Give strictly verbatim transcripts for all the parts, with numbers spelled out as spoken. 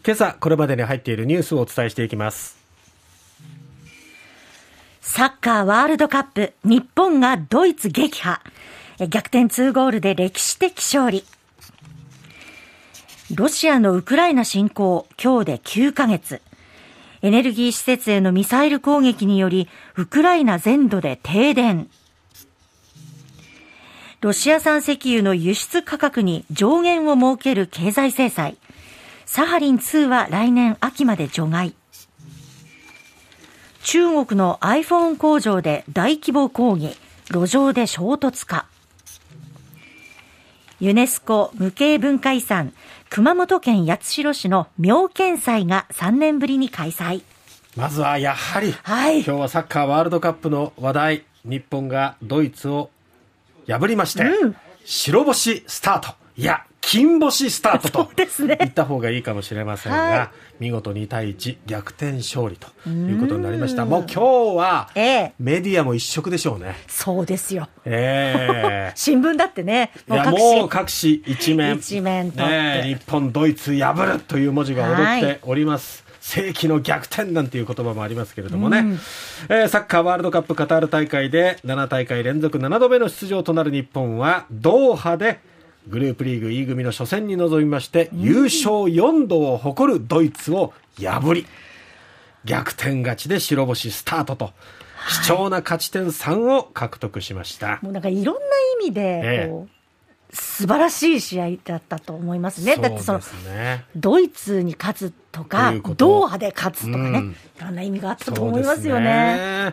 今朝これまでに入っているニュースをお伝えしていきます。 サッカーワールドカップ、日本がドイツ撃破、逆転にゴールで歴史的勝利。ロシアのウクライナ侵攻、今日できゅうかげつ。エネルギー施設へのミサイル攻撃によりウクライナ全土で停電。ロシア産石油の輸出価格に上限を設ける経済制裁。サハリンツーは来年秋まで除外。中国の iPhone 工場で大規模抗議、路上で衝突か。ユネスコ無形文化遺産、熊本県八代市の妙見祭がさんねんぶりに開催。 まずはやはり、 はい、 今日はサッカーワールドカップの話題、日本がドイツを破りまして、うん、白星スタート、いや金星スタートと言った方がいいかもしれませんが、はい、見事にたいいち逆転勝利ということになりました。もう今日は、ええ、メディアも一色でしょうね。 そうですよ、 えー、 新聞だってね、 もう各紙、いやもう各紙一面、 一面とって、 ね、日本ドイツ破るという文字が踊っております。世紀の逆転なんていう言葉もありますけれどもね、うん、えー、サッカーワールドカップカタール大会でなな大会連続ななどめの出場となる日本はドーハでグループリーグ E 組の初戦に臨みまして、うん、優勝よんどを誇るドイツを破り逆転勝ちで白星スタートと、はい、貴重な勝ち点さんを獲得しました。 もうなんかいろんな意味でこう、ええ、素晴らしい試合だったと思いますね。だってそのドイツに勝つとかドーハで勝つとかね、うん、いろんな意味があったと思いますよね。 うん、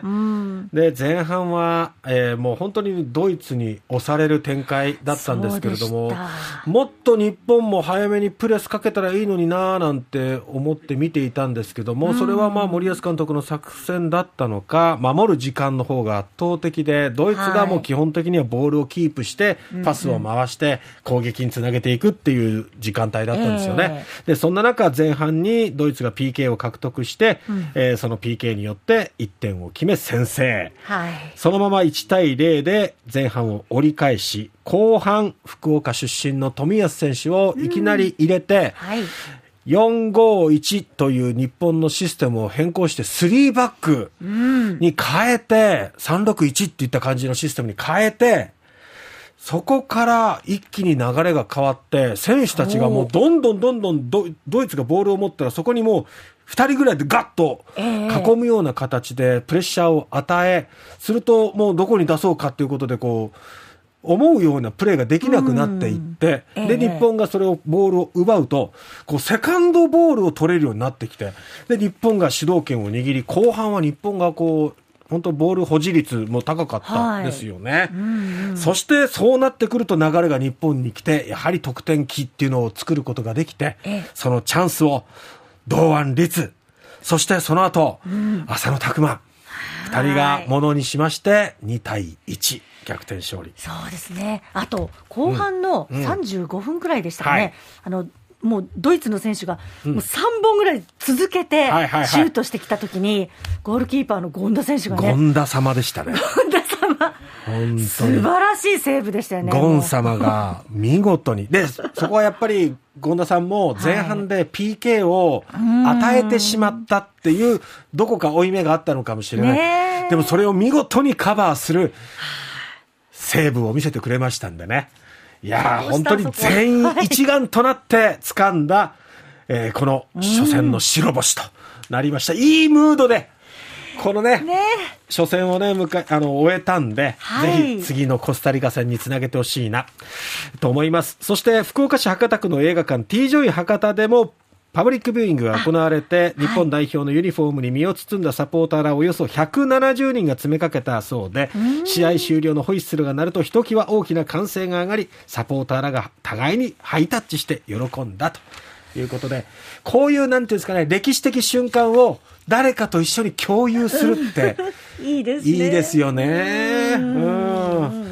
で前半は、えー、もう本当にドイツに押される展開だったんですけれども、もっと日本も早めにプレスかけたらいいのにななんて思って見ていたんですけども、それはまあ森保監督の作戦だったのか、守る時間の方が圧倒的で、ドイツがもう基本的にはボールをキープしてパスを回して攻撃につなげていくっていう時間帯だったんですよね。えー、でそんな中前半にドイツが ピーケー を獲得して、うん、えー、その ピーケー によっていってんを決め先制、はい、そのままいちたいゼロで前半を折り返し、後半福岡出身の冨安選手をいきなり入れて、うん、はい、よんごいちという日本のシステムを変更してスリーバックに変えて、さんろくいちっていった感じのシステムに変えて、そこから一気に流れが変わって、選手たちがもうどんどんどんどん ド, ドイツがボールを持ったらそこにもうふたりぐらいでガッと囲むような形でプレッシャーを与え、するともうどこに出そうかということでこう思うようなプレーができなくなっていって、で日本がそれをボールを奪うとこうセカンドボールを取れるようになってきて、で日本が主導権を握り、後半は日本がこう本当ボール保持率も高かったですよね。はい、うんうん、そしてそうなってくると流れが日本に来て、やはり得点機っていうのを作ることができて、ええ、そのチャンスを堂安律、そしてその後、うん、浅野拓磨ふたりがものにしましてにたいいち逆転勝利。 そうですね。あと後半のさんじゅうごふんくらいでしたかね、うんうん、あのもうドイツの選手がもうさんぼんぐらい続けてシュートしてきたときに、ゴールキーパーの権田選手がね、 権田様でしたね。 権田様本当に素晴らしいセーブでしたよね。 ゴン様が見事にで、そこはやっぱり権田さんも前半で ピーケー を与えてしまったっていう、どこか負い目があったのかもしれない、ね、でもそれを見事にカバーするセーブを見せてくれましたんでね。いやー本当に全員一丸となって掴んだ、えー、この初戦の白星となりました。いいムードでこの ね, ね初戦をね迎えあの終えたんで、はい、ぜひ次のコスタリカ戦につなげてほしいなと思います。そして福岡市博多区の映画館 ティージョイ博多でもパブリックビューイングが行われて、日本代表のユニフォームに身を包んだサポーターらおよそひゃくななじゅうにんが詰めかけたそうで、試合終了のホイッスルが鳴るとひときわ大きな歓声が上がり、サポーターらが互いにハイタッチして喜んだということで、こういうなんていうんですかね、歴史的瞬間を誰かと一緒に共有するっていいですね。 いいですよね。うん、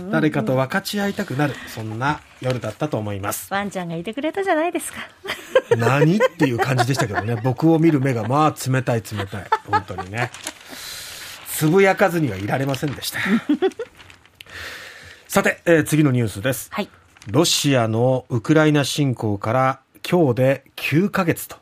誰かと分かち合いたくなる、そんな夜だったと思います。 ワンちゃんがいてくれたじゃないですか。 何っていう感じでしたけどね。僕を見る目がまあ冷たい冷たい、本当にね、つぶやかずにはいられませんでしたさて、えー、次のニュースです、はい、ロシアのウクライナ侵攻から今日できゅうかげつと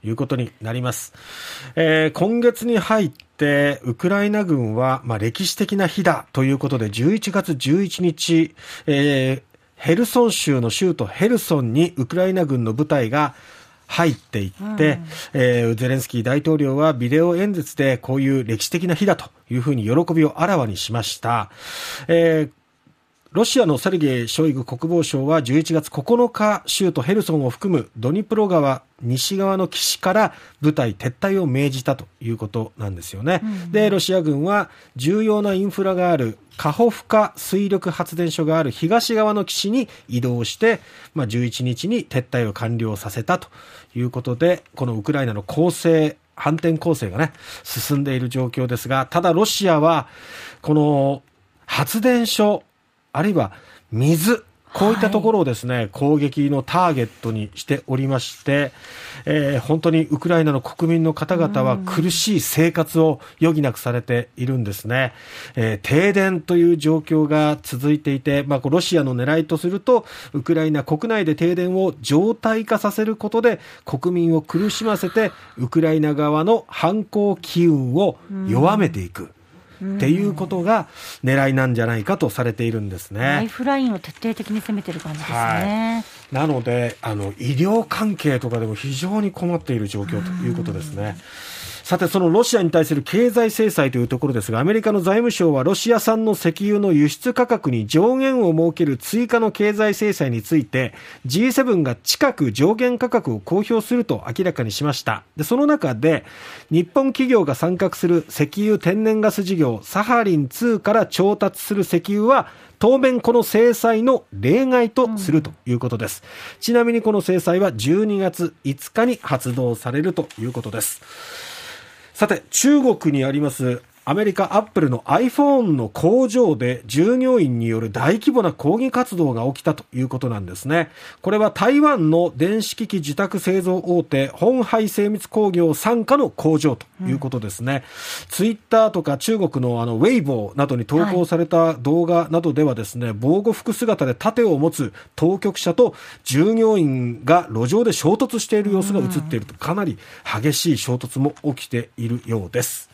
いうことになります。えー、今月に入ってウクライナ軍は、まあ、歴史的な日だということでじゅういちがつじゅういちにち、えー、ヘルソン州の州都ヘルソンにウクライナ軍の部隊が入っていって、うんえー、ゼレンスキー大統領はビデオ演説でこういう歴史的な日だというふうに喜びをあらわにしました。えーロシアのセルゲイ・ショイグ国防相はじゅういちがつここのか、州都ヘルソンを含むドニプロ川西側の岸から部隊撤退を命じたということなんですよね。うん、で、ロシア軍は重要なインフラがあるカホフカ水力発電所がある東側の岸に移動して、まあ、じゅういちにちに撤退を完了させたということで、このウクライナの攻勢、反転攻勢がね、進んでいる状況ですが、ただロシアはこの発電所あるいは水、こういったところをですね、はい、攻撃のターゲットにしておりまして、えー、本当にウクライナの国民の方々は苦しい生活を余儀なくされているんですね。えー、停電という状況が続いていて、まあ、ロシアの狙いとすると、ウクライナ国内で停電を常態化させることで国民を苦しませて、ウクライナ側の反攻機運を弱めていく。っていうことが狙いなんじゃないかとされているんですね。 ライフラインを徹底的に攻めてる感じですね。 はい、なのであの医療関係とかでも非常に困っている状況ということですね。さて、そのロシアに対する経済制裁というところですが、アメリカの財務省はロシア産の石油の輸出価格に上限を設ける追加の経済制裁について ジーセブン が近く上限価格を公表すると明らかにしました。で、その中で日本企業が参画する石油天然ガス事業サハリンツーから調達する石油は当面この制裁の例外とするということです。うん、ちなみにこの制裁はじゅうにがついつかに発動されるということです。さて、中国にありますアメリカアップルの iPhone の工場で従業員による大規模な抗議活動が起きたということなんですね。これは台湾の電子機器受託製造大手鴻海精密工業傘下の工場ということですね。うん、ツイッターとか中国のあのウェイボーなどに投稿された動画などではですね、はい、防護服姿で盾を持つ当局者と従業員が路上で衝突している様子が映っていると、かなり激しい衝突も起きているようです。